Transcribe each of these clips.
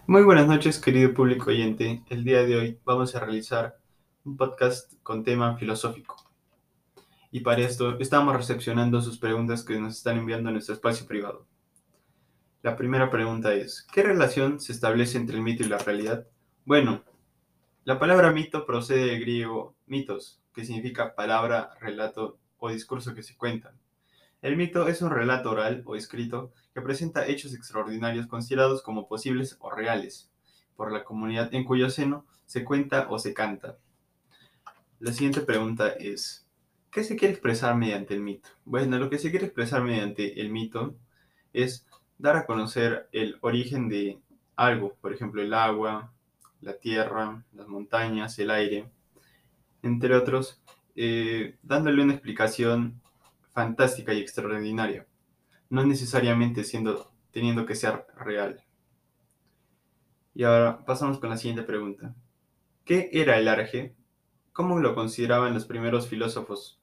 Muy buenas noches, querido público oyente. El día de hoy vamos a realizar un podcast con tema filosófico. Y para esto estamos recepcionando sus preguntas que nos están enviando a nuestro espacio privado. La primera pregunta es, ¿qué relación se establece entre el mito y la realidad? Bueno, la palabra mito procede del griego mitos, que significa palabra, relato o discurso que se cuenta. El mito es un relato oral o escrito que presenta hechos extraordinarios considerados como posibles o reales por la comunidad en cuyo seno se cuenta o se canta. La siguiente pregunta es, ¿qué se quiere expresar mediante el mito? Bueno, lo que se quiere expresar mediante el mito es dar a conocer el origen de algo, por ejemplo, el agua, la tierra, las montañas, el aire, entre otros, dándole una explicación fantástica y extraordinaria, no necesariamente teniendo que ser real. Y ahora pasamos con la siguiente pregunta. ¿Qué era el arge? ¿Cómo lo consideraban los primeros filósofos?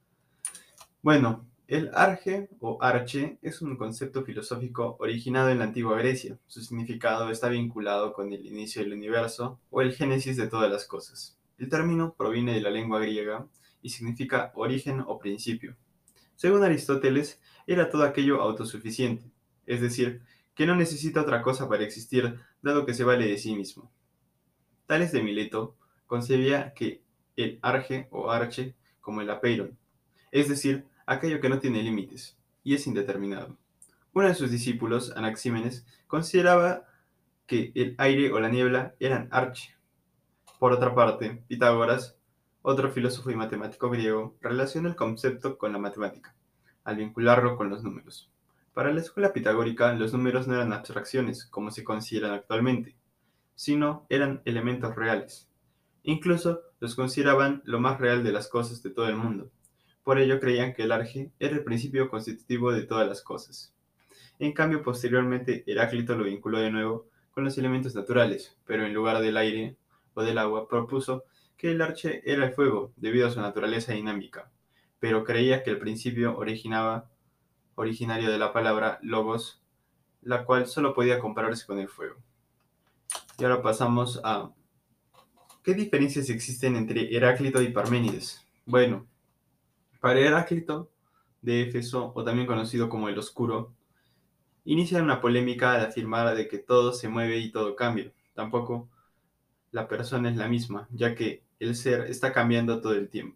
Bueno, el arge o arche es un concepto filosófico originado en la antigua Grecia. Su significado está vinculado con el inicio del universo o el génesis de todas las cosas. El término proviene de la lengua griega y significa origen o principio. Según Aristóteles, era todo aquello autosuficiente, es decir, que no necesita otra cosa para existir, dado que se vale de sí mismo. Tales de Mileto concebía que el arge o arche como el apeiron, es decir, aquello que no tiene límites y es indeterminado. Uno de sus discípulos, Anaxímenes, consideraba que el aire o la niebla eran arche. Por otra parte, Pitágoras, otro filósofo y matemático griego, relaciona el concepto con la matemática, al vincularlo con los números. Para la escuela pitagórica, los números no eran abstracciones, como se consideran actualmente, sino eran elementos reales. Incluso los consideraban lo más real de las cosas de todo el mundo. Por ello creían que el arge era el principio constitutivo de todas las cosas. En cambio, posteriormente, Heráclito lo vinculó de nuevo con los elementos naturales, pero en lugar del aire o del agua, propuso que el arche era el fuego, debido a su naturaleza dinámica, pero creía que el principio originario de la palabra logos, la cual solo podía compararse con el fuego. Y ahora pasamos a ¿qué diferencias existen entre Heráclito y Parménides? Bueno, para Heráclito de Éfeso, o también conocido como el Oscuro, inicia una polémica al afirmar de que todo se mueve y todo cambia. Tampoco la persona es la misma, ya que el ser está cambiando todo el tiempo.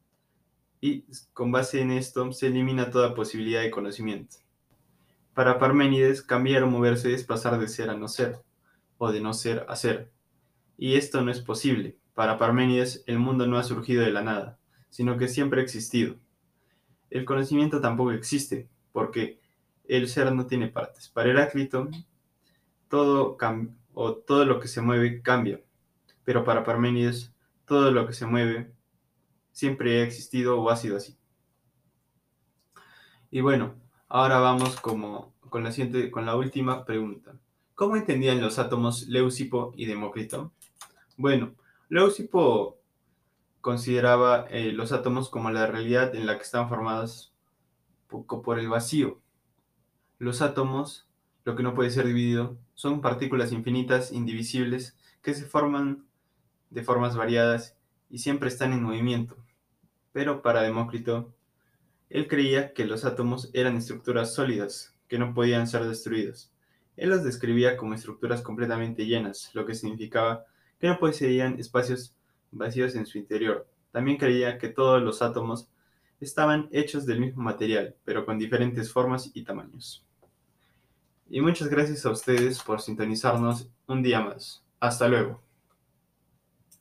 Y con base en esto se elimina toda posibilidad de conocimiento. Para Parménides, cambiar o moverse es pasar de ser a no ser, o de no ser a ser. Y esto no es posible. Para Parménides, el mundo no ha surgido de la nada, sino que siempre ha existido. El conocimiento tampoco existe, porque el ser no tiene partes. Para Heráclito, todo lo que se mueve cambia, pero para Parménides, todo lo que se mueve siempre ha existido o ha sido así. Y bueno, ahora vamos con la última pregunta. ¿Cómo entendían los átomos Leucipo y Demócrito? Bueno, Leucipo consideraba los átomos como la realidad en la que están formados por el vacío. Los átomos, lo que no puede ser dividido, son partículas infinitas, indivisibles, que se forman de formas variadas y siempre están en movimiento. Pero para Demócrito, él creía que los átomos eran estructuras sólidas, que no podían ser destruidas. Él los describía como estructuras completamente llenas, lo que significaba que no poseían espacios vacíos en su interior. También creía que todos los átomos estaban hechos del mismo material, pero con diferentes formas y tamaños. Y muchas gracias a ustedes por sintonizarnos un día más. Hasta luego.